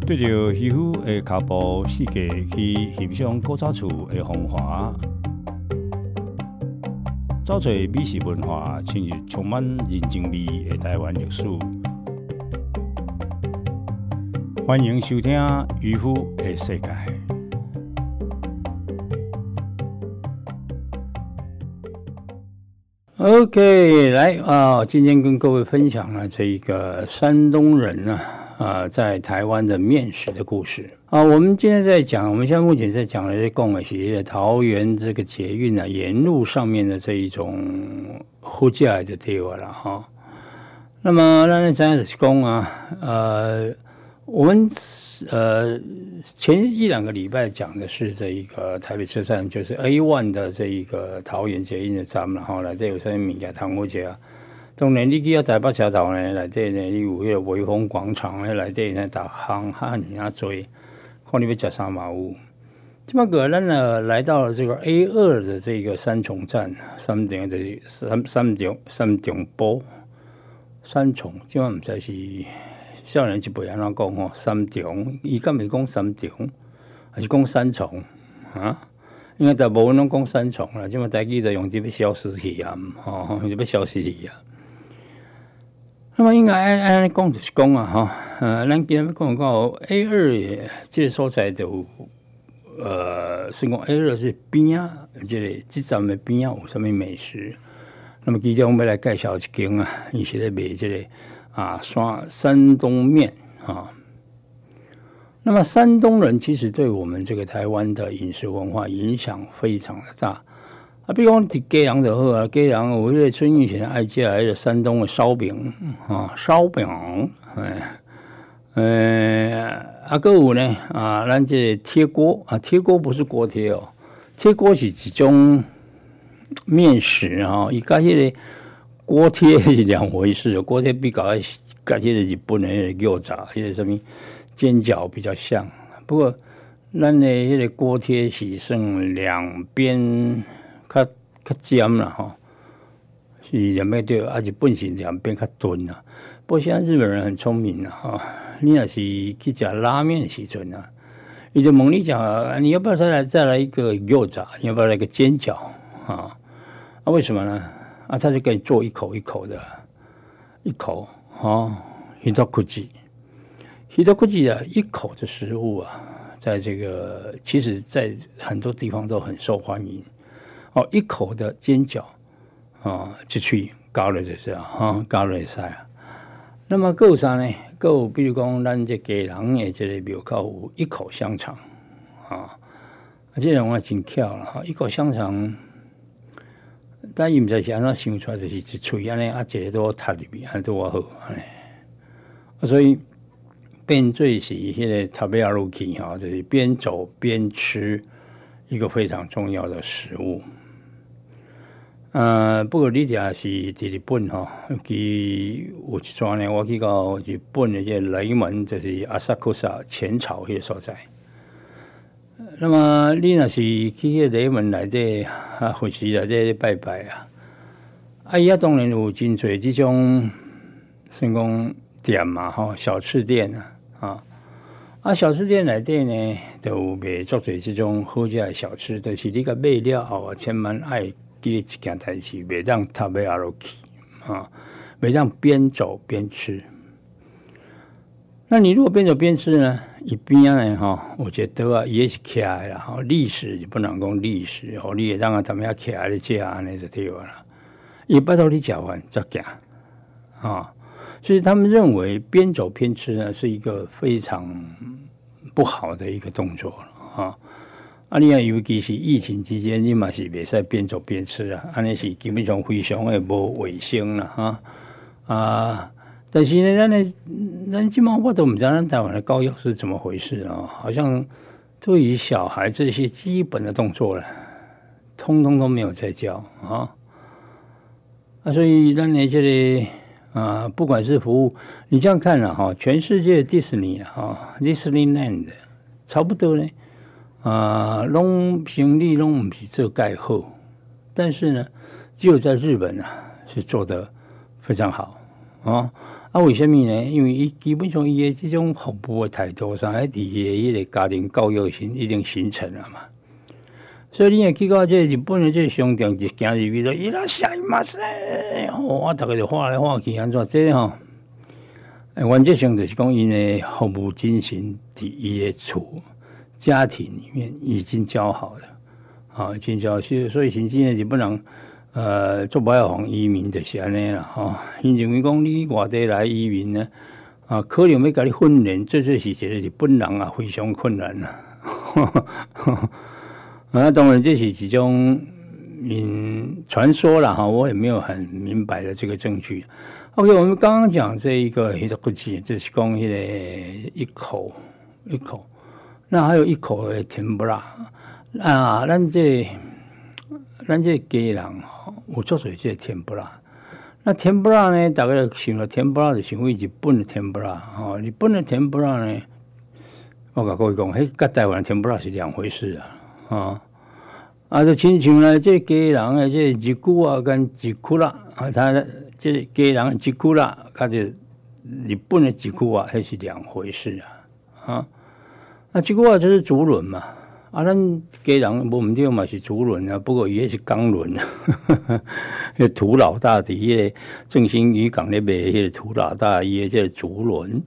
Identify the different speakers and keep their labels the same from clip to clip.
Speaker 1: 对着渔夫的脚步世界去欣赏古早厝的风华，找找美食文化，深入充满人情味的台湾历史。欢迎收听《渔夫的世界》。OK， 来啊！今天跟各位分享了这一个山东人在台湾的面食的故事啊。我们今天在讲，我们现在目前在讲的是讲的是桃园这个捷运沿路上面的这一种好吃的地方了哈。那么咱现在是讲我们前一两个礼拜讲的是这一个台北车站，就是 A1 的这一个桃园捷运的站，然后内底有啥物物件通好食。当然，你去到台北车头呢，内底呢，你有迄个威风广场，内底呢，逐项哈尔多，看你要食啥嘛有。这个咱来到了这个 A2 的这个三重站，三重埔三重，即摆毋知是。少年一辈安怎讲吼？三重，伊敢袂讲三重，还是讲三重啊？因为大部分拢讲三重啦，即嘛台语就用这要消失去啊，吼，就要消失去啊。那么应该安尼讲就是讲啊，咱今日讲到 A2 这个所在就先讲 A2 是边啊，这站的边啊有啥物美食？那么其中要来介绍一间啊，伊是咧卖这个。山东面啊，那么山东人其实对我们这个台湾的饮食文化影响非常的大啊。比如讲，家人就好啊，家人有迄个孙运璇爱食迄个山东的烧饼啊，烧饼，还有呢咱这铁锅啊，铁锅不是锅贴哦，铁锅是一种面食啊，伊甲迄个。锅贴是两回事，锅贴比较跟迄个日本的迄个肉炸、迄个什么煎饺比较像。不过，咱的迄个锅贴是算两边较尖啦吼，是两边对，日本是两边较钝啦。不过现在日本人很聪明啦哈，你若是去吃拉面的时阵啊，伊就问你讲，你要不要再来一个肉炸？你要不要来个煎饺啊？为什么呢？他就给你做一口一口的，一口hitokuji 啊，一口的食物啊，在这个其实，在很多地方都很受欢迎哦。一口的煎饺一喙咬了就是咬了会使啊。那么还有啥呢？还有比如讲，咱这家人的这个庙口有一口香肠这种啊真巧了一口香肠。但伊毋知是安怎想出来，就是一喙安尼一个都插入去，安都偌好安尼。所以变做是迄个食尾落去就是边走边吃一个非常重要的食物。不过你也是伫日本其有一桩呢，我去到日本的这雷门，就是阿萨库萨浅草迄个所在。那么你若是去迄雷门内底佛寺内底拜拜伊当然有真侪这种算讲店嘛小吃店小吃店内底呢，就有卖足侪这种好食的小吃，就是你甲买了后千万爱记一件代志，袂当踏尾落去袂当边走边吃。那你如果边走边吃呢？一边呢有一个桌伊也是徛的啦历史就不能讲历史你会当他们徛咧食安尼就对啦。伊拜托你食完再行所以他们认为边走边吃呢是一个非常不好的一个动作你看尤其是疫情期间，你嘛是袂使边走边吃安尼是基本上非常的无卫生啦但是呢，咱今嘛我都不知道咱台湾的教育是怎么回事好像对于小孩这些基本的动作通通都没有在教所以咱的这个不管是服务，你这样看全世界的迪士尼Disneyland 差不多呢拢生意拢不是做介好，但是呢，只有在日本是做得非常好为什么呢？因为伊基本上伊的这种服务的态度上，喺伊的迄个家庭教育已经形成了嘛。所以你若去到这日本的这商店，一行入去就伊拉下伊马塞，我大概就画来画去安怎？这吼，原则上就是讲，因的服务精神伫伊的厝家庭里面已经教好了，已经教好。所以甚至日本人做不要防移民就是安尼啦，因认为讲你外地来移民呢，可能要甲你训练，这是一个日本人非常困难啦。当然这是一种传说啦，我也没有很明白的这个证据。OK， 我们刚刚讲这一个迄个故事，就是讲迄个一口，那还有一口的甜不辣啊，咱这家人有做做这甜不辣。那甜不辣呢，大概想到甜不辣就想起日本的甜不辣，日本的甜不辣呢，我甲各位讲，迄跟台湾的甜不辣是两回事就亲像呢，这家人的这日久啊跟日久啦，他这家人日久啦，甲这日本的日久啊，那是两回事日久啊就是竹轮嘛，咱家人无毋对嘛是竹轮不过伊是钢轮迄涂老大伫迄个正兴渔港咧卖迄个涂老大，伊的这竹轮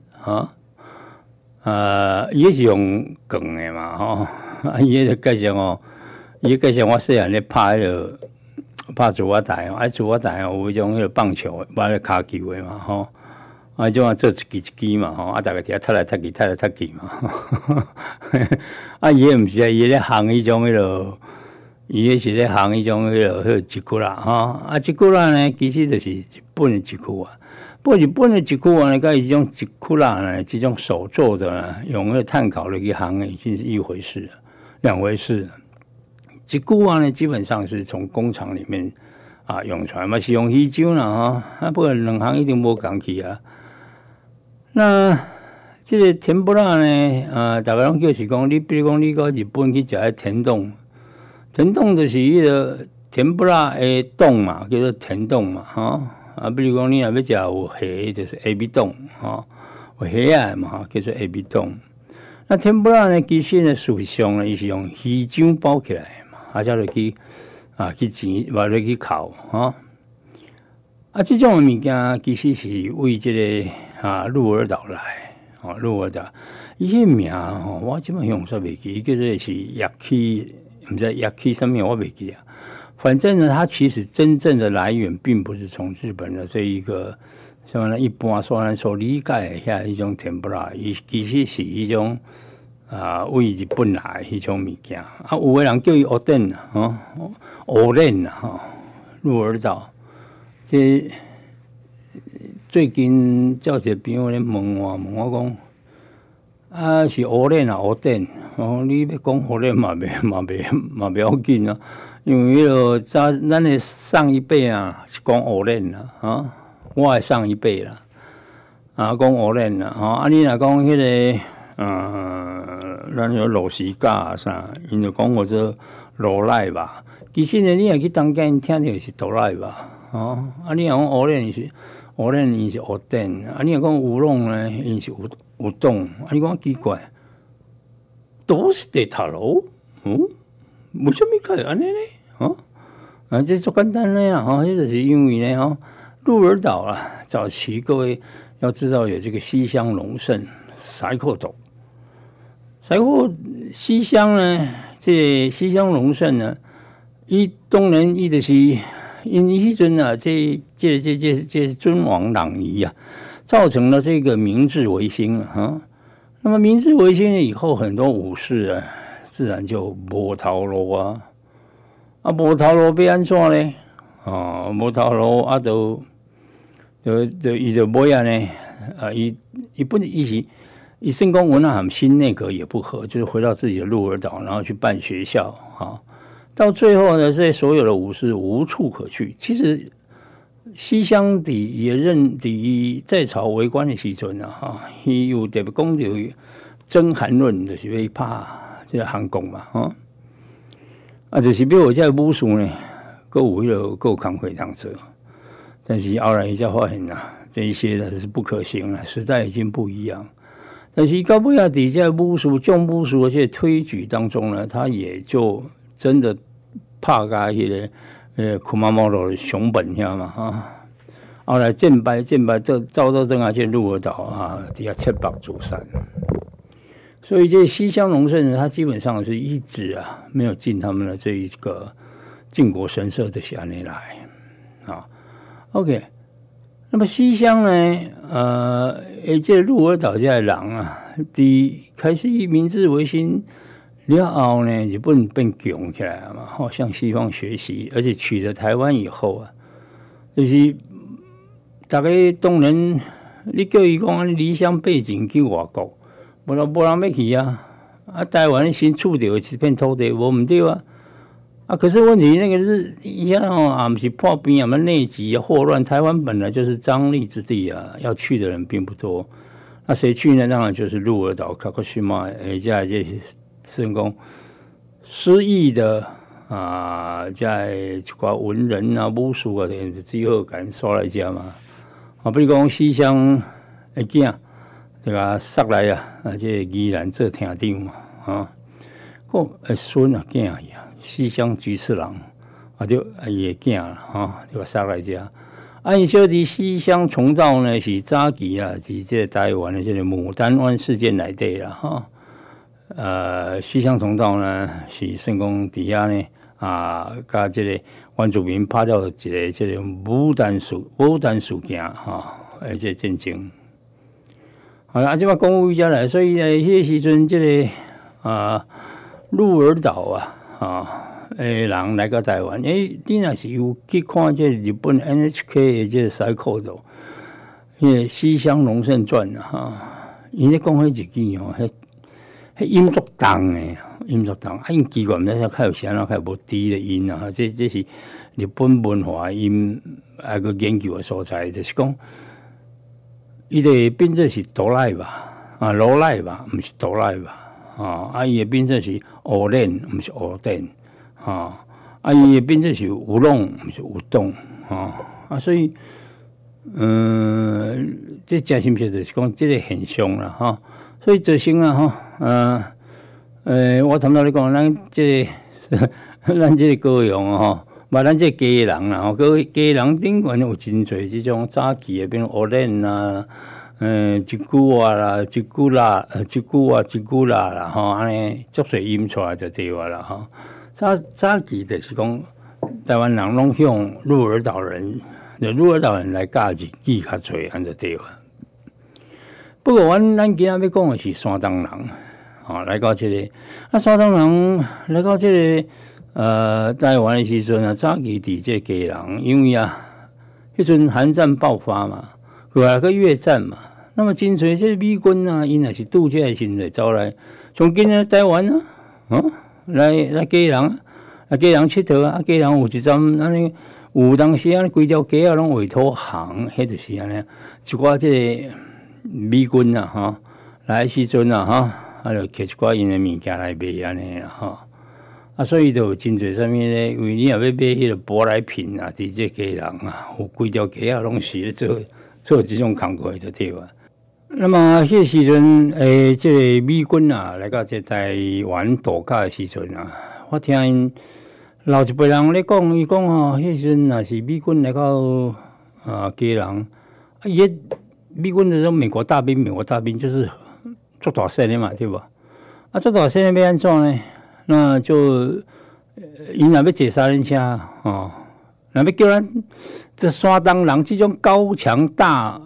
Speaker 1: 伊是用钢的嘛伊就介绍伊介绍我细汉咧拍竹仔台竹仔台有迄种迄个棒球，玩咧骹球的嘛种做一支一支嘛大家伫遐踢来踢去嘛伊也毋是伊咧行迄种迄落，伊是咧行迄种迄落日久啦日久啦呢，其实就是日本的日久啊。不过日本的日久啊，甲伊这种日久啦呢，这种手做的呢，用那个炭烤的去行，已经是一回事了，两回事了。日久啊呢，基本上是从工厂里面用出来嘛，是用稀酒啦不过两行一定无共去啊。那这个甜不辣呢，大家拢叫是讲，你比如讲你到日本去食甜冻，甜冻就是迄个甜不辣的冻嘛，叫做甜冻嘛比如讲你若要食有虾，就是エビ冻有虾嘛叫做エビ冻。那甜不辣呢，其实呢，事实上呢，伊是用鱼浆包起来嘛，才落去去煎，或者去烤这种的物件其实是为这个鹿儿岛来鹿儿岛，伊迄名我即摆用煞袂记，叫做是yaki，毋知yaki什么我袂记啊。反正呢，它其实真正的来源并不是从日本的这一个什么呢？一般所理解下一种甜不辣，伊其实是一种为日本来迄种物件有的人叫伊蚵蛋蚵卵鹿儿岛。这最近叫一个朋友咧问我讲是蚵卵蚵蛋你要讲蚵卵嘛袂要紧因为迄个咱的上一辈是讲蚵卵我的上一辈啦讲蚵卵你若讲迄个咱有螺丝架啥，因就讲我这螺奶吧。其实呢，你若去东京听到是豆奶吧你若讲蚵卵，伊是蚵蛋你若讲乌龙呢，伊是乌冬你讲奇怪，都是地头路为什么可以安尼呢这足简单的这就是因为呢鹿儿岛早期各位要知道有这个西乡隆盛塞口斗西乡呢，这西乡隆盛呢，伊当然伊就是因迄阵这尊王攘夷造成了这个明治维新那么明治维新以后，很多武士自然就无头路无头路要安怎呢？无头路就伊就尾呢伊圣公文和新内阁也不合，就是回到自己的鹿儿岛，然后去办学校到最后呢，这所有的武士无处可去。其实西乡也认伫在朝为官的时阵伊有特别讲到征韩论，就是要拍这个韩国嘛就是要有这武士呢，各有迄个各有工课通做，但是后来伊才发现这一些的是不可行了，时代已经不一样。但是到尾啊，在这武术、重武术的这推举当中呢，他也就真的拍到迄个库马莫罗熊本遐嘛哈。后来战败，遭到邓亚健鹿儿岛啊，底下切腹自杀。所以这西乡隆盛呢，他基本上是一直啊没有进他们的这一个靖国神社的辖内来啊。OK， 那么西乡呢，这鹿儿岛这的人啊，开始以明治维新了后呢，日本变强起来嘛，向西方学习，而且取得台湾以后啊，就是大家当然，你叫伊讲离乡背井去外国，无人要去啊！台湾新厝着一片土地，无毋对啊！可是问题那个是一下不是破冰什么内急啊、霍乱，台湾本来就是张力之地啊，要去的人并不多。那谁去呢？当然就是鹿儿岛、卡克西马，加这些甚讲失意的在一寡文人啊、武术啊，只好敢刷来遮嘛。比如讲西乡的囝，这个杀来这宜兰做厅长嘛，孙啊囝啊，西乡菊次郎就伊的囝啦，这个杀来遮。因小弟西乡重道呢是早期是这台湾的这个牡丹湾事件内底啦，西乡重道呢是算讲底下呢甲这个原住民拍到一个这个牡丹事件这战争。好啦，即摆讲回家来，所以迄个时阵，这个鹿儿岛人来到台湾，你若是有去看这日本 NHK 的这个赛口度，迄个《西乡隆盛传》因咧讲迄日记迄音足重诶，音足重，因奇怪，毋知较有啥较有无低的音啊？这是日本文化音个研究的所在，就是讲，伊的变作是哆来吧，罗来吧，毋是哆来吧，伊的变作是乌练，毋是乌电，伊的变作是乌龙，毋是乌洞，所以，这真心就是讲这个现象啦，所以造成我头先你讲，咱这个高雄咱这家人啦，家人顶悬有真侪这种早期的，比如乌练啦，一句话啦，一句啦，啦，安尼足侪音出来就对啦，早期就是讲台湾人拢向鹿儿岛人来教日语较侪，安就对啦。不过咱今仔要讲的是山东人，来到这个，山东人来到这个台湾的时阵早期伫这个家人，因为迄阵韩战爆发嘛，后来个越战嘛，那么真侪这美军因也是度假的时阵走来，从今仔台湾来家人，家人佚佗家人有一站安尼，有当时规条街拢委托行，迄就是安尼，一寡这个美军来时阵就摕一寡因的物件来卖安尼啦所以就有真侪啥物咧，因为你若要买迄个舶来品伫这家人有规条街拢是咧做这种工作就对了。那么迄时阵这个美军来到这台湾度假的时阵我听因老一辈人咧讲，伊讲迄时阵若是美军来到家人伊美军那种美国大兵就是做大声的嘛，对吧？做大声的要安怎呢？那就因若要坐三轮车若要叫咱这山东人这种高强大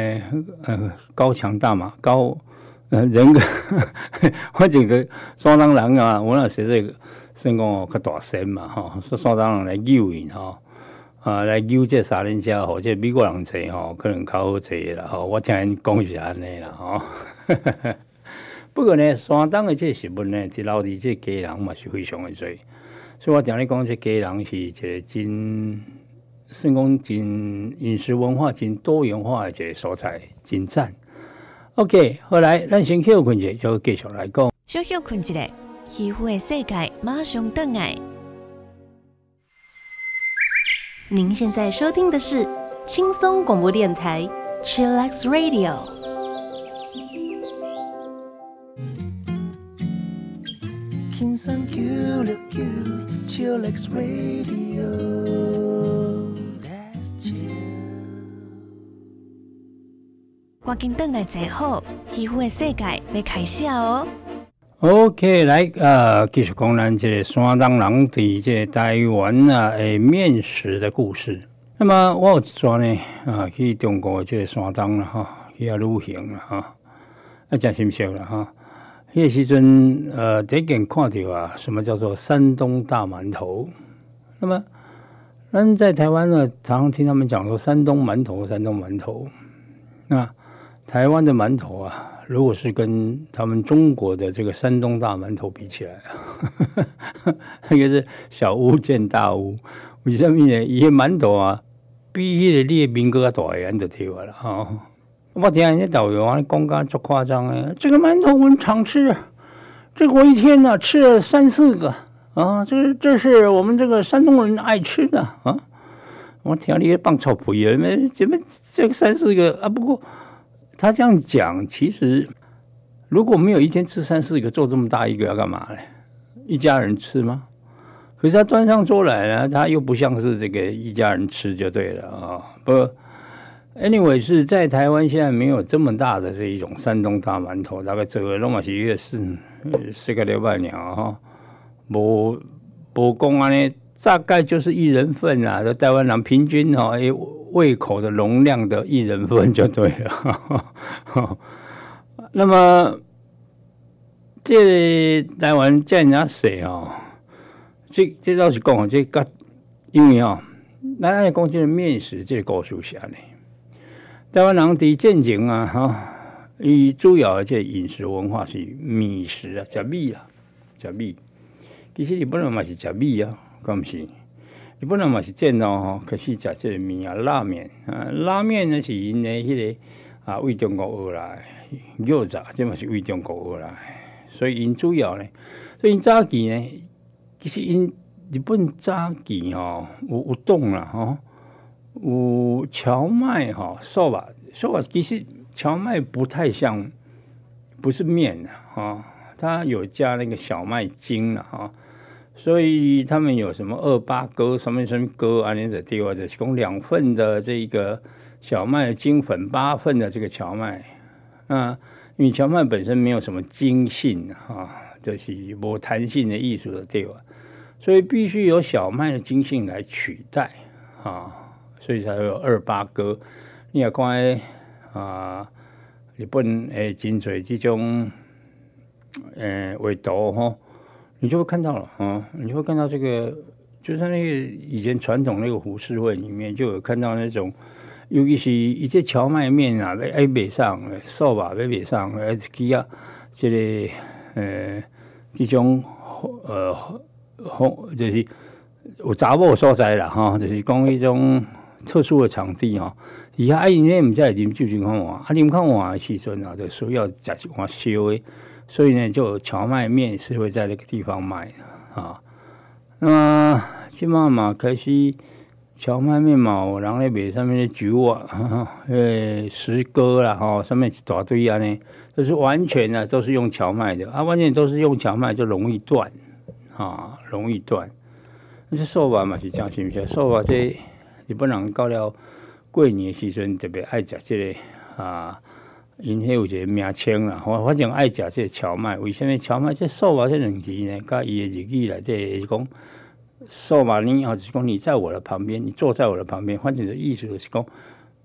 Speaker 1: 嘛，人格，反正个山东人我若说这个，算讲较大声嘛说山东人来救因来救这三轮车或者美国人坐可能较好坐啦我听因讲是安尼啦不过呢，山东的这食物呢，留伫这家人嘛是非常的多，所以我听你讲这家人是一个真，算讲真饮食文化真多元化的一个所在，真赞。OK， 好来，咱先休困一下，就继续来讲。
Speaker 2: 小休困一下，渔夫的世界马上回来。您现在收听的是轻松广播电台 Chillax Radio。
Speaker 3: 轻松969 Chillax Radio。Let's chill。
Speaker 2: 赶紧转来坐好，渔夫的世界要开始哦。
Speaker 1: OK， 来继续讲咱这个山东人伫这台湾的面食的故事。那么我有一转呢去中国这个山东啦去旅行啦真深刻啦迄个时阵第一件看到什么叫做山东大馒头。那么咱在台湾呢，常常听他们讲说山东馒头，山东馒头。那台湾的馒头如果是跟他们中国的这个山东大馒头比起来那个是小巫见大巫。为什么呢？伊个馒头比迄个你的面更大个，就对了我听人家导游讲得足夸张的，这个馒头我们常吃，这个我一天吃了3-4个这是我们这个山东人爱吃的我听你放臭屁了，怎么这个3-4个不过他这样讲，其实如果没有一天吃3-4个，做这么大一个要干嘛呢？一家人吃吗？可是他端上桌来呢，他又不像是这个一家人吃就对了不过 anyway 是在台湾现在没有这么大的这一种山东大馒头，大概这个都嘛是月4个礼拜了无讲安尼，大概就是1人份台湾人平均胃口的容量的1人份就对了那么这台湾这人家说这倒是讲这个，因为咱爱讲这个面食这个故事是安尼。台湾人伫进前伊主要的这饮食文化是米食吃米吃米。其实日本人嘛是吃米敢不是？日本人嘛是见到开始吃这个面拉面拉面呢是因的迄个为中国而来，肉杂这嘛是为中国而来，所以因主要呢，所以因早期呢。其实因日本早期有冻啦有荞麦寿吧，其实荞麦不太像，不是面它有加那个小麦精所以他们有什么28哥什么哥安尼的地方，就是讲2份的这个小麦精粉，8份的这个荞麦因为荞麦本身没有什么筋性就是没弹性的艺术的地方。所以必须有小麦的筋性来取代所以才有28哥。你也看日本真多这种画图你就会看到了你就会看到这个，就像那个以前传统那个胡适会里面就有看到那种，尤其是一些荞麦面要卖上，寿吧要卖上，去这个这种就是有查某所在啦就是讲迄种特殊的场地以下因为唔知会啉酒精看碗啉看碗的时阵就需要食一碗烧的，所以呢就有荞麦面是会在那个地方卖那么现在嘛开始荞麦面嘛有人咧卖上面的酒10哥啦上面一大堆安尼，就是完全都是用荞麦的完全都是用荞麦就容易断容易断。那些寿吧嘛是真新鲜，寿吧这日本人到了过年的时阵特别爱食这个因迄有一个名称啦，反正爱食这个荞麦。为什么荞麦这寿吧这2字呢？甲伊的日语内底是讲寿吧呢就是讲你在我的旁边，你坐在我的旁边，反正的意思就是讲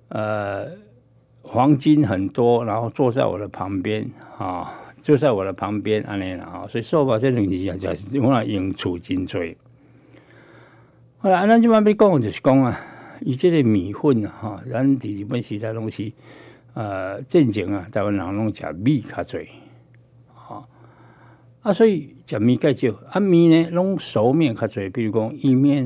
Speaker 1: 黄金很多，然后坐在我的旁边就在我的旁边安尼啦所以寿吧这2字也就是我用处真多。后来咱即摆要讲就是讲伊这个米粉咱伫日本时代拢是进前台湾人拢食米较多所以食米较少面呢拢熟面较多，比如讲意面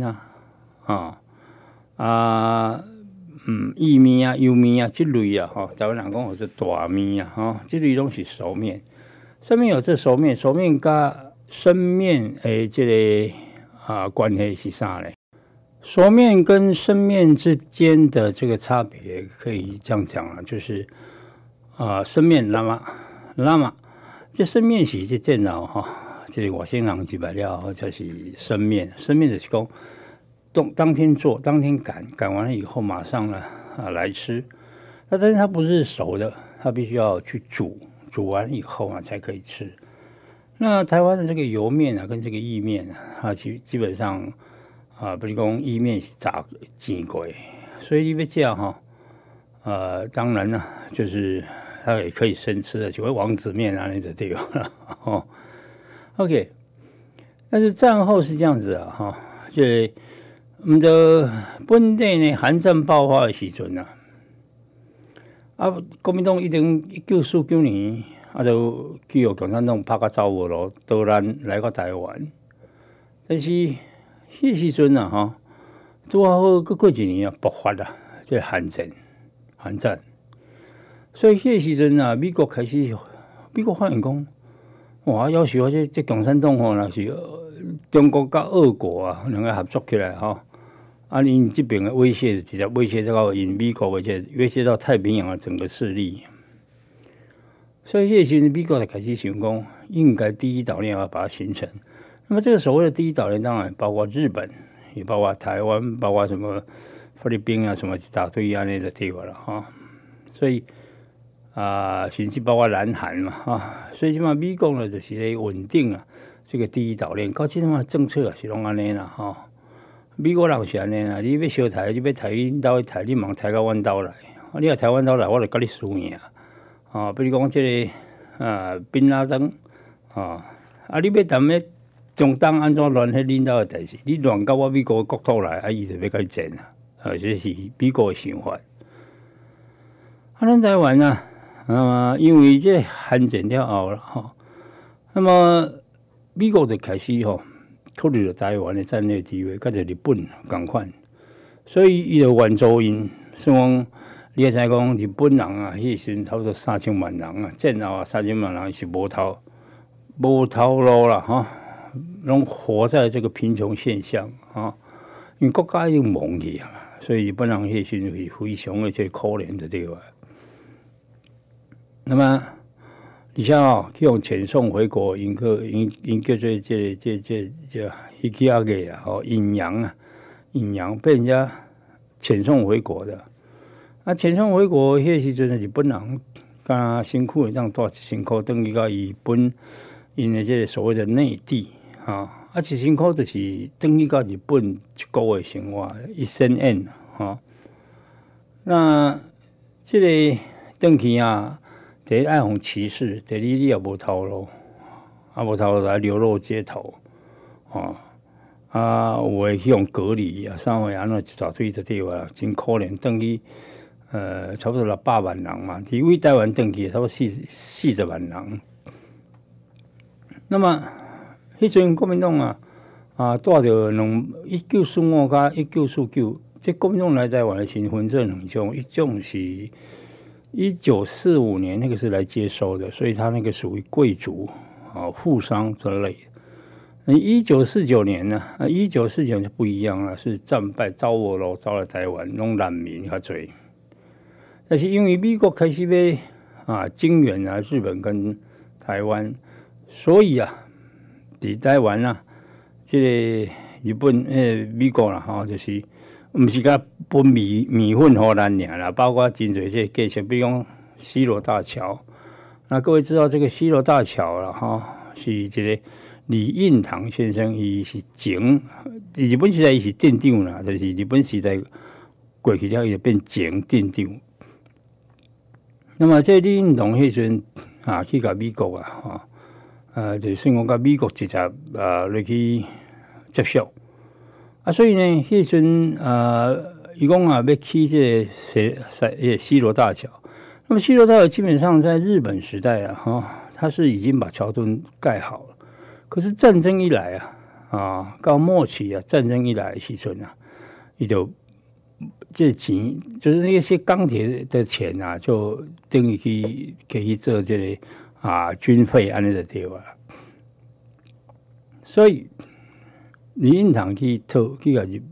Speaker 1: 意面油面这类台湾人讲有这大面这类拢是熟面。上面有这熟面，熟面甲生面这个关系是啥呢？ 熟面跟生面之间的这个差别可以这样讲了，就是生面拉嘛，这生面是这电脑哈，这外省人几百料就是生面就是讲当天做，当天赶完了以后马上呢来吃。那但是它不是熟的，它必须要去煮完以后才可以吃。那台湾的这个油面跟这个意面基本上比如讲意面是炸煎过的，所以你要这样当然呢，就是它也可以生吃的，就会王子面那的地方了OK， 但是战后是这样子就是我们的本地呢，韩战爆发的时阵国民党1949年就去共产党拍到走无路，逃难来到台湾。但是迄时阵拄好过一年爆发这个韩战，所以迄时阵美国发现讲，哇，要是这共产党若是中国甲俄国两个合作起来因这边的威胁直接威胁到因美国威胁到太平洋的整个势力，所以迄时阵美国就开始想讲，应该第一岛链要把它形成。那么这个所谓的第一岛链，当然包括日本，也包括台湾，包括什么菲律宾什么一大堆那的地方了所以甚至包括南韩嘛所以起码美国呢就是来稳定这个第一岛链，到现在政策是拢安尼啦美国人是安尼你要烧台，你要台领导的台，你忙台到阮岛来，你若台湾岛来，我就跟你输赢比如讲这个宾拉登你要谈咩中东安怎乱迄领导的代志，你乱到我美国的国土来，伊就要跟你战这是美国的想法。咱台湾因为这韩战了后了那么美国就开始考虑了台湾的战略地位，跟着日本同款，所以伊就援助因，所以讲你会知讲日本人迄时阵差不多3000万人战后3000万人是无头路啦拢活在这个贫穷现象因为国家已经亡去所以日本人迄时阵是非常的这可怜的地方。那么而且去用遣送回国，因叫做伊去阴阳被人家遣送回国的。遣送回国迄时阵，日本人甲辛苦会当带一身躯转去到伊本因的这个所谓的内地一身躯就是转去到日本一个月生活1000円那这个转去第一爱互歧视，第二你也无头路，无头路来流落街头，有诶去用隔离啥货安怎一大堆的地方真可怜，转去差不多600万人嘛，伫位台湾转去差不多40万人。那么迄阵国民党带着1945甲1949，这国民党来台湾的身份证两种，一种是1945年那个是来接收的，所以他那个属于贵族富商之类的。1949年呢，1949年就不一样了，是战败走无路，走来台湾，拢难民较多。但是因为美国开始要经援日本跟台湾，所以伫台湾这个日本美国就是毋是甲分米粉互咱尔啦，包括真侪这建设，比如讲西螺大桥。那各位知道这个西螺大桥啦是这个李应堂先生，伊是日本时代伊是店长啦，就是日本时代过去了，伊就变前店长。那么这李应堂迄阵去甲美国就算讲甲美国直接落去接触。所以呢，迄阵伊讲要起这个西螺大桥。那么西螺大桥基本上在日本时代它是已经把桥墩盖好了。可是战争一来到末期战争一来的时阵伊就这钱就是那些钢铁的钱就等于去做这个军费安尼的地方。所以李应堂去甲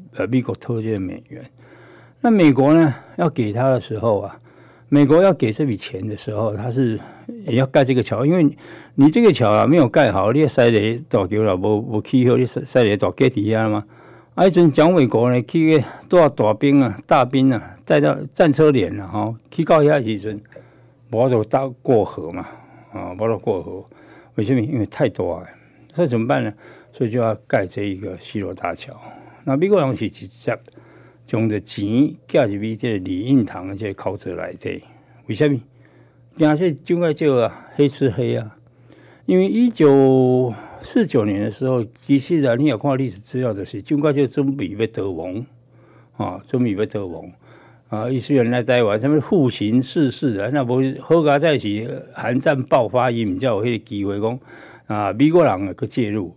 Speaker 1: 美国偷这个美元。那美国呢要给他的时候啊，美国要给这笔钱的时候，他是也要盖这个桥，因为你这个桥啊没有盖好，你塞咧大桥啦，无起好，你塞咧大架底下嘛。啊，迄阵蒋纬国呢去个多少大兵啊、大兵啊，带到战车连啦，吼，去到遐时阵，无法度搭过河嘛，啊，无法度过河。为什么？因为太多啊，所以怎么办呢？所以就要盖这一个西罗大桥。那美国人是直接将这钱寄入去这李应堂的这个口子内底。为什么？惊说怎解叫啊黑吃黑啊？因为1949年的时候，其实啊，你有看历史资料，就是怎解就准备要逃亡啊，准备要逃亡啊！意思原来台湾什么复行世事啊，那无好佳在是韩战爆发，伊唔才有迄个机会讲啊，美国人去介入。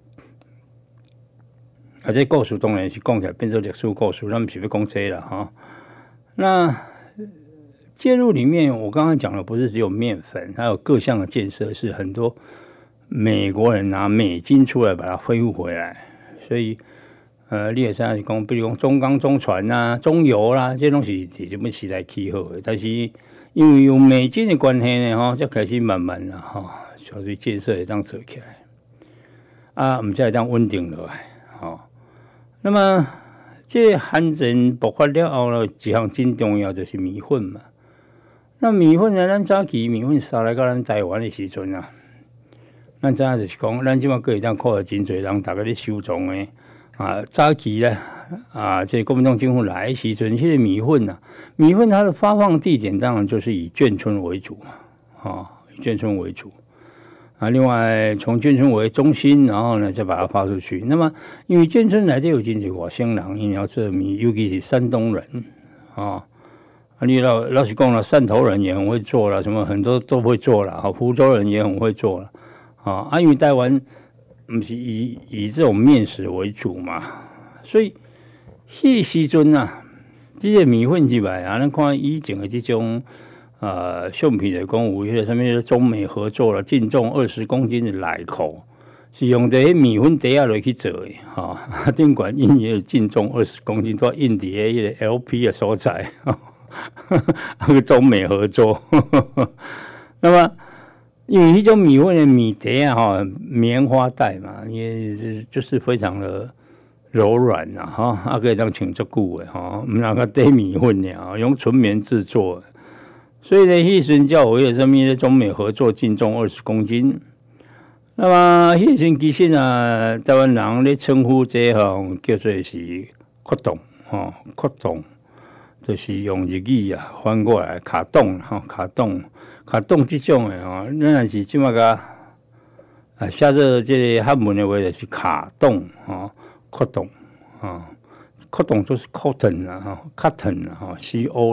Speaker 1: 啊，这故事当然是讲起来变成历史故事，咱们是要讲这啦哈。那介入里面，我刚刚讲的不是只有面粉，还有各项的建设，是很多美国人拿美金出来把它恢复回来。所以，你也是讲，比如讲中钢、中船啊、中油啦，这东西是日本时代起好的，但是因为有美金的关系呢，哈，就开始慢慢啦，哈，小水建设会当做起来，啊，唔才会当稳定落来，哈。那么，这韩战爆发了后呢，一项真重要就是米粉嘛。那米粉呢，咱早期米粉杀来到咱台湾的时阵啊，咱早就是讲，咱即马可会当看到真侪人大家咧收藏的啊。早期咧啊，这国民党政府来的时阵，迄个米粉啊，米粉它的发放地点当然就是以眷村为主嘛，啊，以眷村为主。啊，另外从眷村为中心，然后呢再把它发出去。那么，因为眷村内底有真侪外省人，因要做米，尤其是山东人啊。你老实讲了，汕头人也很会做了，什么很多都会做了。福州人也很会做了。啊，因为台湾不是以这种面食为主嘛，所以迄时阵啊，这些米粉之外啊，咱看以前的这种。橡皮的讲有迄个什么中美合作了，净重20公斤的奶口，是用这些米粉底下来去做的哈。尽管印也净重20公斤，都印伫迄个 LP 的所在，那个中美合作。那么，因为迄种米粉的米底啊，哈，棉花袋嘛，也就是非常的柔软呐，哈，可以当穿足久的哈，唔那个底米粉呀，用纯棉制作的。所以呢，迄时阵叫有什么中美合作净重20公斤。那么迄时阵其实啊，台湾人咧称呼这项叫做是壳冻，哈，壳冻就是用日语啊翻过来卡冻，哈，卡冻这种的哈，咱是即马个啊写做这个汉文的话就是卡冻，哈，壳冻，啊，壳冻就是 cotton 啊，哈 ，cotton 啊，哈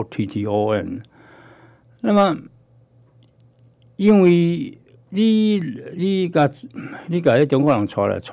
Speaker 1: ，cotton。那么，因为你甲迄中国人带了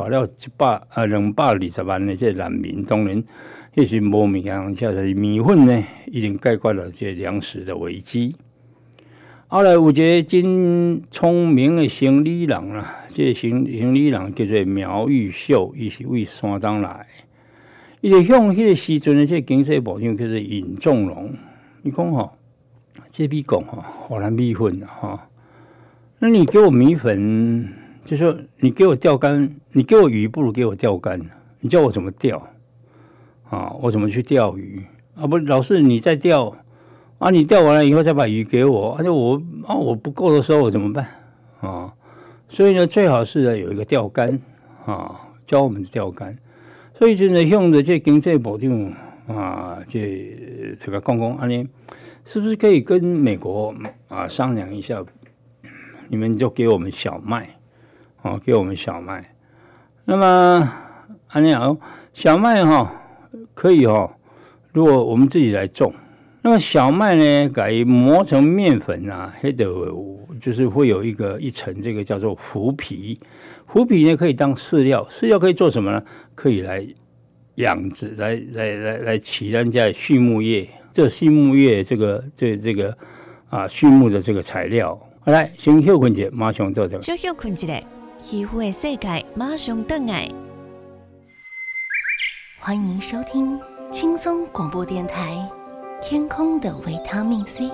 Speaker 1: 220万的这难民，当然迄时无物件吃，就是米粉呢，已经解决了这粮食的危机。后来有一个真聪明的生理人啦，这个生理人叫做苗玉秀，伊是为山东来，伊就向迄个时阵的这经济部长叫做尹仲荣，伊讲吼。这米讲哈，我来米粉哈。那你给我米粉，就说你给我钓竿，你给我鱼，不如给我钓竿。你叫我怎么钓啊？我怎么去钓鱼啊？不，老是你在钓啊，你钓完了以后再把鱼给我，而且我不够的时候我怎么办啊？所以呢，最好是有一个钓竿啊，教我们钓竿。所以现在用的这经济部长啊，这个讲安尼。是不是可以跟美国啊商量一下？你们就给我们小麦，哦，给我们小麦。那么，安尼讲，小麦哈可以哈，如果我们自己来种，那么小麦呢，改磨成面粉啊，就是会有一层这个叫做麸皮。麸皮呢可以当饲料，饲料可以做什么呢？可以来养殖，来起人家畜牧业。这畜牧业这个啊，畜牧的这个材料，好来先休困一下，马上到这。
Speaker 2: 小休困一下，渔夫的世界马上回来。欢迎收听轻松广播电台，天空的维他命 C。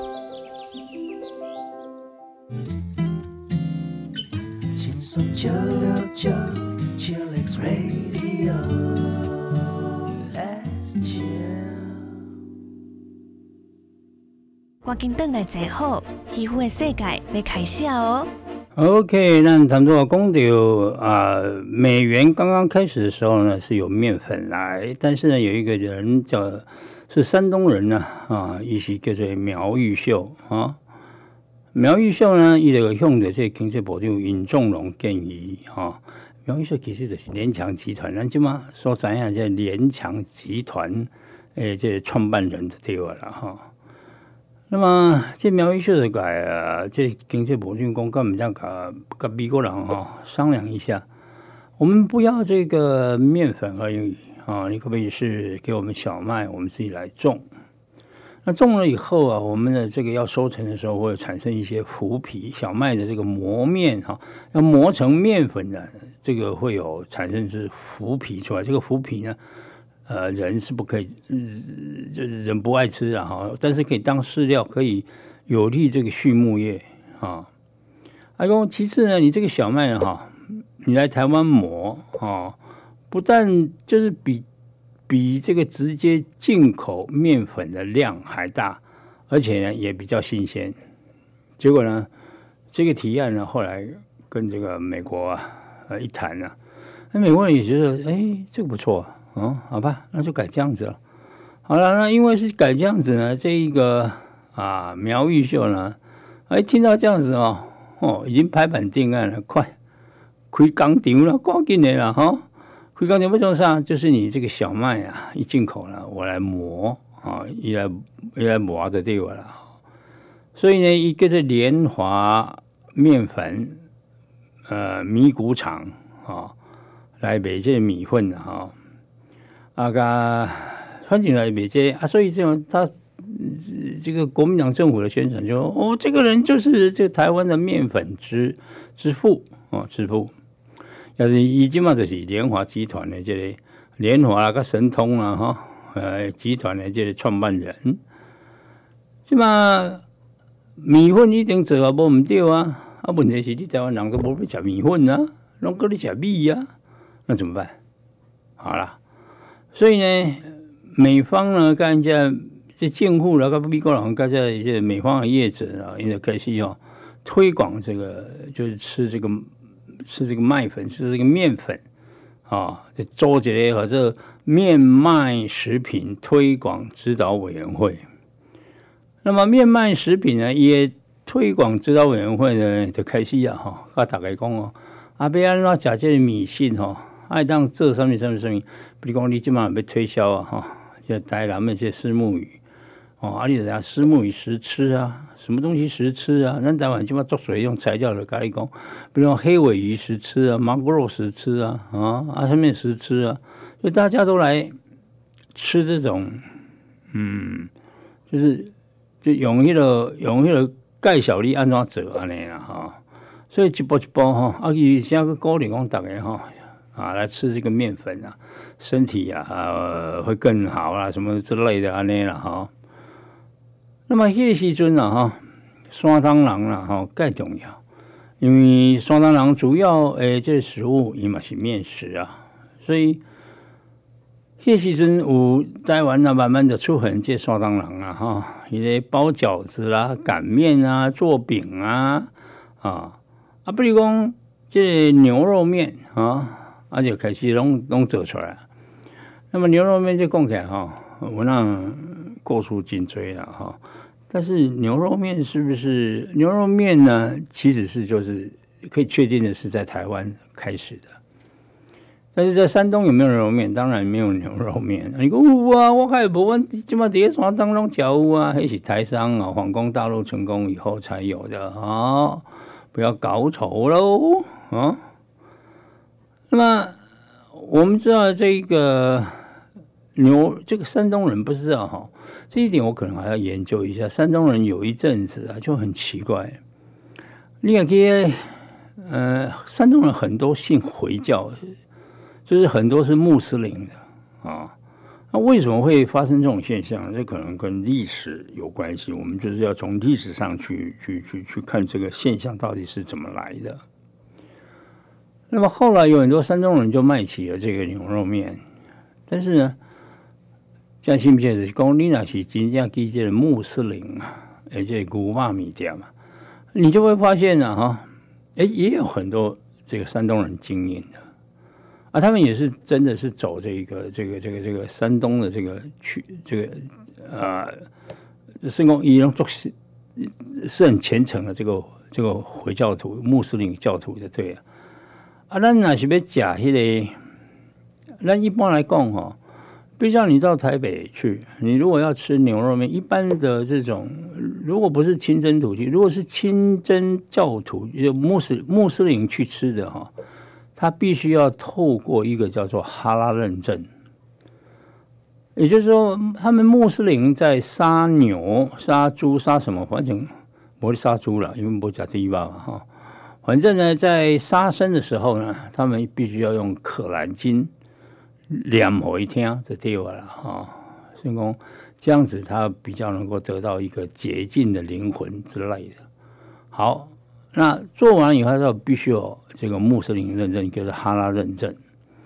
Speaker 3: 轻松969 Chillax Radio Let's chill
Speaker 2: 赶紧回来坐好，渔夫的世界要开始哦。
Speaker 1: OK， 那谈到讲到美元刚刚开始的时候呢，是有面粉来，但是呢，有一个人是山东人呢伊是叫做苗玉秀啊。苗玉秀呢，伊就向着这经济部长尹仲荣建议苗玉秀其实就是联强集团，咱即马所知影这联强集团这创办人的对了哈。那么这苗玉秀就讲这经济部长讲，跟我们跟美国人商量一下，我们不要这个面粉而已你可不可以是给我们小麦，我们自己来种？那种了以后我们的这个要收成的时候，会产生一些麸皮，小麦的这个磨面要磨成面粉的，这个会有产生是麸皮出来。这个麸皮呢，人是不可以，就是人不爱吃但是可以当饲料，可以有利这个畜牧业其次呢，你这个小麦你来台湾磨不但就是比这个直接进口面粉的量还大，而且呢也比较新鲜。结果呢，这个提案呢后来跟这个美国一谈那美国人也觉得这个不错好吧，那就改这样子了。好了，那因为是改这样子呢，这一个苗玉秀呢，听到这样子已经排版定案了，快开工厂了，赶紧的啦开工厂要做啥？就是你这个小麦一进口了，我来磨一来磨的对我了。所以呢，一个是联华面粉米谷厂来卖这米粉反正来卖这所以这种他这个国民党政府的宣传就说这个人就是这个台湾的面粉之父之父。要是伊即嘛就是联华集团的这个联华跟神通集团的这个创办人，即嘛米粉一定做无唔对问题是你台湾人都无要吃米粉拢搁咧吃米那怎么办？好啦，所以呢，美方呢跟人家这政府啦，跟美国人跟这美方的业者因为开始推广这个，就是吃这个麦粉，吃这个面粉做一个这面麦食品推广指导委员会。那么面麦食品呢，也推广指导委员会呢就开始跟大家讲要安怎吃这个米线爱当做什么，比如讲你今晚要推销就台南的这虱目鱼你就虱目鱼实吃什么东西实吃咱台湾今晚做水用材料的跟你讲，比如说黑尾鱼实吃芒果肉实吃上面实吃所以大家都来吃这种就用迄个介绍你安怎做安尼啦所以一步一步伊现在鼓励讲大家来吃这个面粉身体会更好什么之类的安尼啦那么迄个时阵山东人介重要，因为山东人主要这食物伊嘛是面食所以迄个时阵有台湾慢慢的出现这山东人伊咧包饺子啦、擀面做饼比如讲这牛肉面就开始拢做出来。那么牛肉面就讲起来我让过出真多啦但是牛肉面是不是牛肉面呢？其实是就是可以确定的是在台湾开始的。但是在山东有没有牛肉面？当然没有牛肉面。你说有我看无，阮即马伫山东拢食有迄是台商反攻大陆成功以后才有的不要搞丑喽那么我们知道这个山东人不知道这一点我可能还要研究一下。山东人有一阵子就很奇怪，你看山东人很多信回教，就是很多是穆斯林的那为什么会发生这种现象？这可能跟历史有关系。我们就是要从历史上去看这个现象到底是怎么来的。那么后来有很多山东人就卖起了这个牛肉面，但是呢，这信不信是讲你那是真正去这个穆斯林啊，而且古巴米店嘛，你就会发现啊，也有很多这个山东人经营的。啊，他们也是真的是走这个山东的这个圣公一种是很虔诚的这个回教徒、穆斯林教徒的，对啊。啊，咱若是要吃迄个，咱一般来讲哈，比如像你到台北去，你如果要吃牛肉面，一般的这种，如果不是清真土地，如果是清真教徒、穆斯林去吃的哈。他必须要透过一个叫做哈拉认证，也就是说，他们穆斯林在杀牛、杀猪、杀什么，反正不是杀猪了，因为不讲第一吧哈。反正呢，在杀生的时候呢，他们必须要用可兰经念好一天的对吧了哈。所以说这样子，他比较能够得到一个洁净的灵魂之类的。好。那做完以后，他必须有这个穆斯林认证，叫做哈拉认证。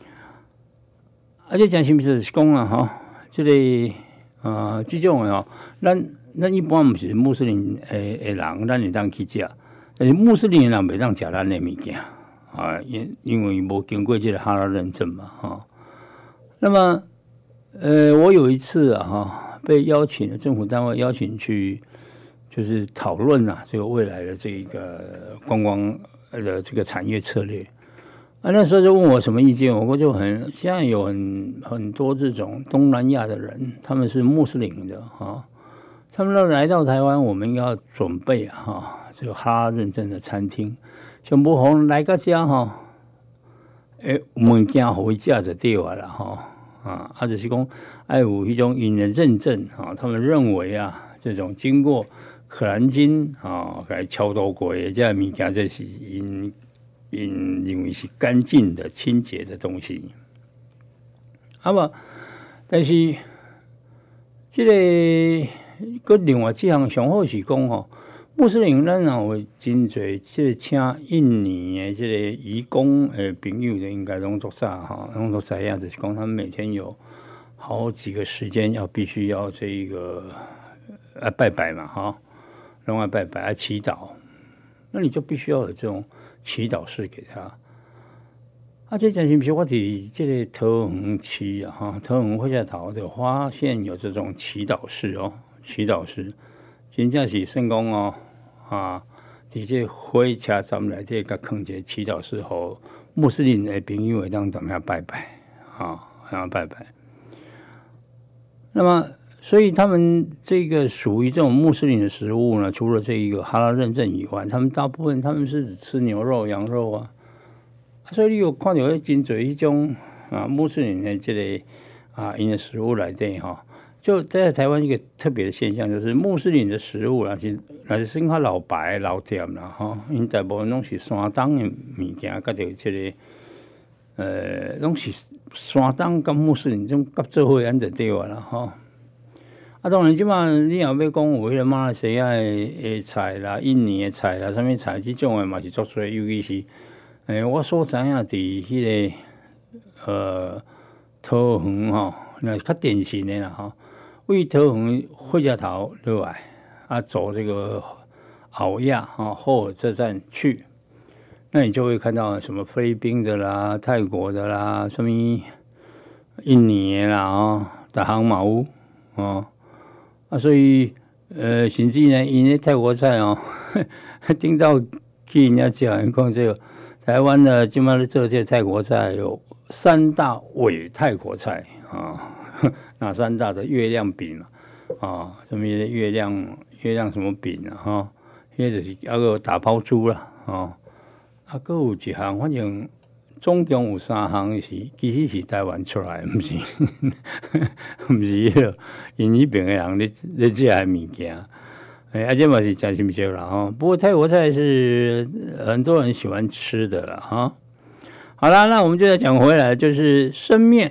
Speaker 1: 而且讲是不是讲啊哈，这个这种哦，咱一般不是穆斯林的人，咱会当去吃，但是穆斯林的人袂当吃咱的物件啊，因为无经过这个哈拉认证嘛哈。那么我有一次啊哈，被邀请政府单位邀请去。就是讨论啊，这个未来的这个观光的这个产业策略啊，那时候就问我什么意见，我就现在有很多这种东南亚的人，他们是穆斯林的哈，他们来到台湾，我们要准备哈这个哈拉认证的餐厅，像不好来个家哈，物件回家就对了哈啊，就是讲爱有一种因的认证啊，他们认为啊，这种经过可兰经啊，给超度过的这物件，这是因认为是干净的、清洁的东西。那么，但是这个另外一项上好是讲吼，穆斯林咱有真侪这请印尼的这个移工的朋友的，应该拢做啥哈？拢做啥样？就是讲他们每天有好几个时间必须要这个拜拜嘛哈。另外拜拜祈祷，那你就必须要有这种祈祷室给他。这讲是不是我伫这个桃园市啊哈，桃园火车头就发现有这种祈祷室哦，祈祷室真正是算讲哦伫这火车站内底甲放一个祈祷室，互穆斯林的朋友会当踮遐拜拜拜拜。那么。所以他们这个属于这种穆斯林的食物呢，除了这一个哈拉认证以外，他们大部分他们是吃牛肉、羊肉啊。所以你有看到真侪一种穆斯林的这个因的食物来底哈，就在台湾一个特别的现象，就是穆斯林的食物那是算较老牌老店啦哈，因大部分拢是山东的物件，甲着这个拢是山东跟穆斯林种合作伙安就对啦哈。当然，即马你若要讲有迄个马来西亚的菜啦、印尼的菜啦、啥物菜，即种的嘛是足多，尤其是我所知影伫迄个桃园吼，那较典型的啦吼，为桃园火车头落来走这个鳌亚后车站去，那你就会看到什么菲律宾的啦、泰国的啦、什么印尼的啦逐项嘛有所以甚至呢，因的泰国菜听到去人家讲这个台湾的今麦做这泰国菜有3大伪泰国菜哪3大的月亮饼什么月亮什么饼迄就是有打抛猪啦还有一项，反正总共有3项其实是台湾出来的，不是迄个因迄边的人咧食的物件。这嘛是真心少啦不过泰国菜是很多人喜欢吃的啦好啦，那我们就再讲回来，就是生面。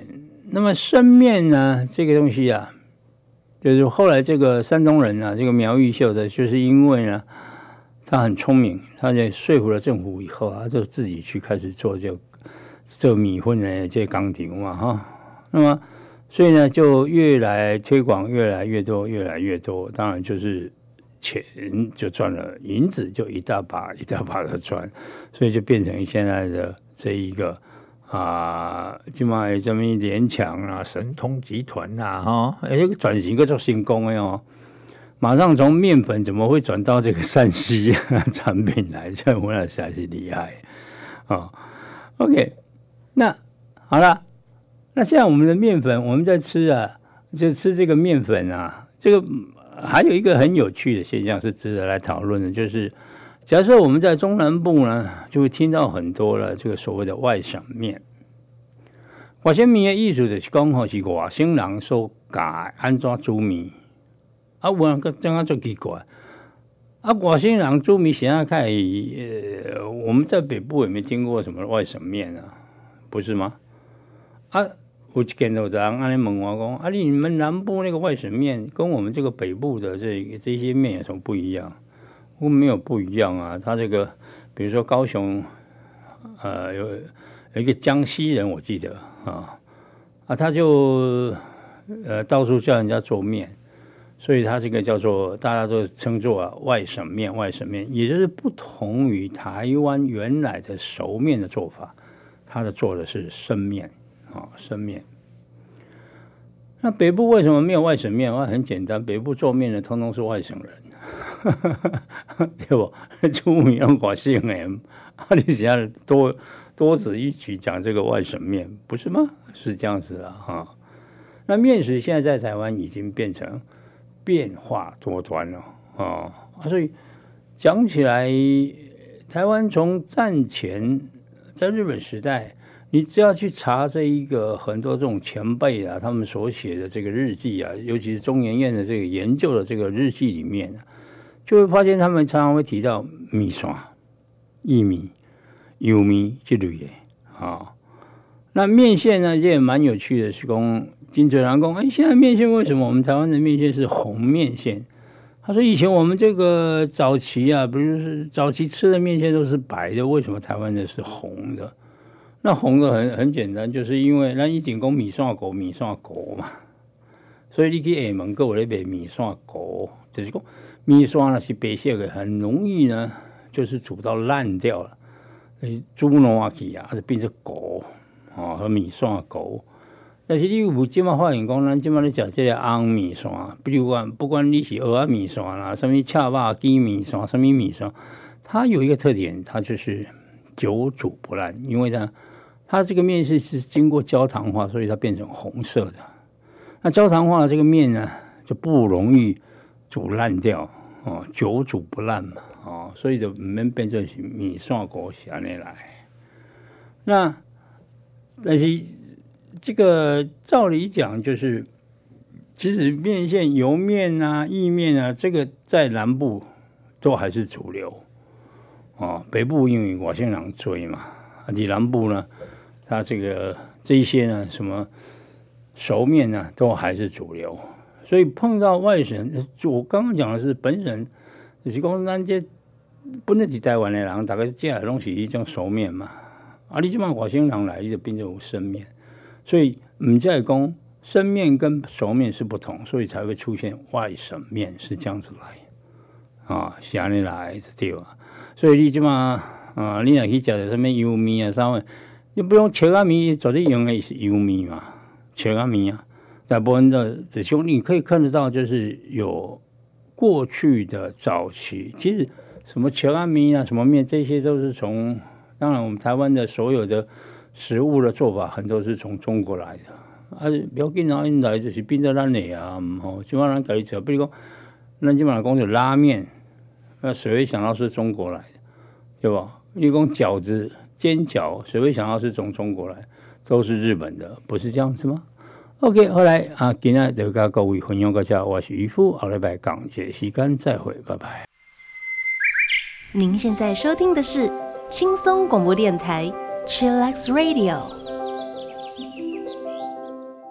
Speaker 1: 那么生面呢，这个东西啊，就是后来这个山东人啊，这个苗玉秀的，就是因为呢，他很聪明，他在说服了政府以后啊，他就自己去开始做这米粉的这工厂嘛哈。那么所以呢，就越来推广越来越多，越来越多，当然就是钱就赚了，银子就一大把一大把的赚，所以就变成现在的这一个。即卖什么联强啊、神通集团啊，这个转型个做成功的哦。马上从面粉怎么会转到这个山西产品来？这我那实在是厉害啊。OK， 那好了，那现在我们的面粉，我们在吃啊，就吃这个面粉啊，这个还有一个很有趣的现象是值得来讨论的，就是。假设我们在中南部呢，就会听到很多了这个所谓的外省面。外省面的意思就是讲吼，是外省人所教安怎煮面。有人个真啊做奇怪，外省人煮面现在看，我们在北部也没听过什么外省面啊，不是吗？有一见到人安尼问我讲，你们南部那个外省面跟我们这个北部的这些面有什么不一样？没有不一样啊，他这个比如说高雄，有一个江西人，我记得他就到处叫人家做面，所以他这个叫做大家都称作外省面，外省面，也就是不同于台湾原来的熟面的做法，他的做的是生面生面。那北部为什么没有外省面？很简单，北部做面的通通是外省人。对不？出名用外省人，你想要多此一举讲这个外省面，不是吗？是这样子啊那面食现在在台湾已经变成变化多端了所以讲起来，台湾从战前在日本时代，你只要去查这一个很多这种前辈啊，他们所写的这个日记啊，尤其是中研院的这个研究的这个日记里面就会发现他们常常会提到米线、薏米、油米这类的那面线呢，这也蛮有趣的，是讲金嘴人讲，现在面线为什么我们台湾的面线是红面线？他说以前我们这个早期啊，比如说早期吃的面线都是白的，为什么台湾的是红的？那红的很简单，就是因为咱以前讲米线糊嘛，所以你去厦门，有咧卖米线糊，就是讲。米线呢是白色的，很容易呢，就是煮到烂掉了，煮烂去就变成糊和米线糊。但是你有即马发现讲，咱即马咧食这个红米线，比如讲，不管你是蚵仔米线啦，什么恰肉鸡米线，什么米线，它有一个特点，它就是久煮不烂，因为呢，它这个面是经过焦糖化，所以它变成红色的。那焦糖化的这个面呢，就不容易煮烂掉。久煮不烂嘛，所以就不免变成是米线糊是安尼来。那但是这个照理讲，就是其实面线、油面啊、意面啊，这个在南部都还是主流北部因为外省人多嘛，在南部呢，它这一些呢，什么熟面呢，都还是主流。所以碰到外省，我刚刚讲的是本省，就是讲咱这本来是台湾的人，大概食的拢是一种熟面嘛。你这帮外省人来，你就变成有生面，所以唔再讲生面跟熟面是不同，所以才会出现外省面是这样子来是安尼来对吧？所以你这帮你若去食的什么油面啊啥物，你不用切仔面，绝对用的是油面嘛，切仔面啊。大部分的兄弟你可以看得到，就是有过去的早期，其实什么切仔面啊、什么面，这些都是从当然我们台湾的所有的食物的做法，很多是从中国来的不要紧因来就是变做咱的基本上咱家己吃，比如讲，咱基本上讲就拉面，谁会想到是中国来的，对吧？你讲饺子、煎饺，谁会想到是从中国来？都是日本的，不是这样子吗？OK， 后来今天就跟各位分享到这，我是渔夫，下礼拜讲这时间再会，拜拜。
Speaker 2: 您现在收听的是轻松广播电台 Chillax Radio。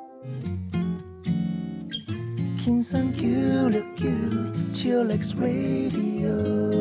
Speaker 3: 轻松969 Chillax Radio。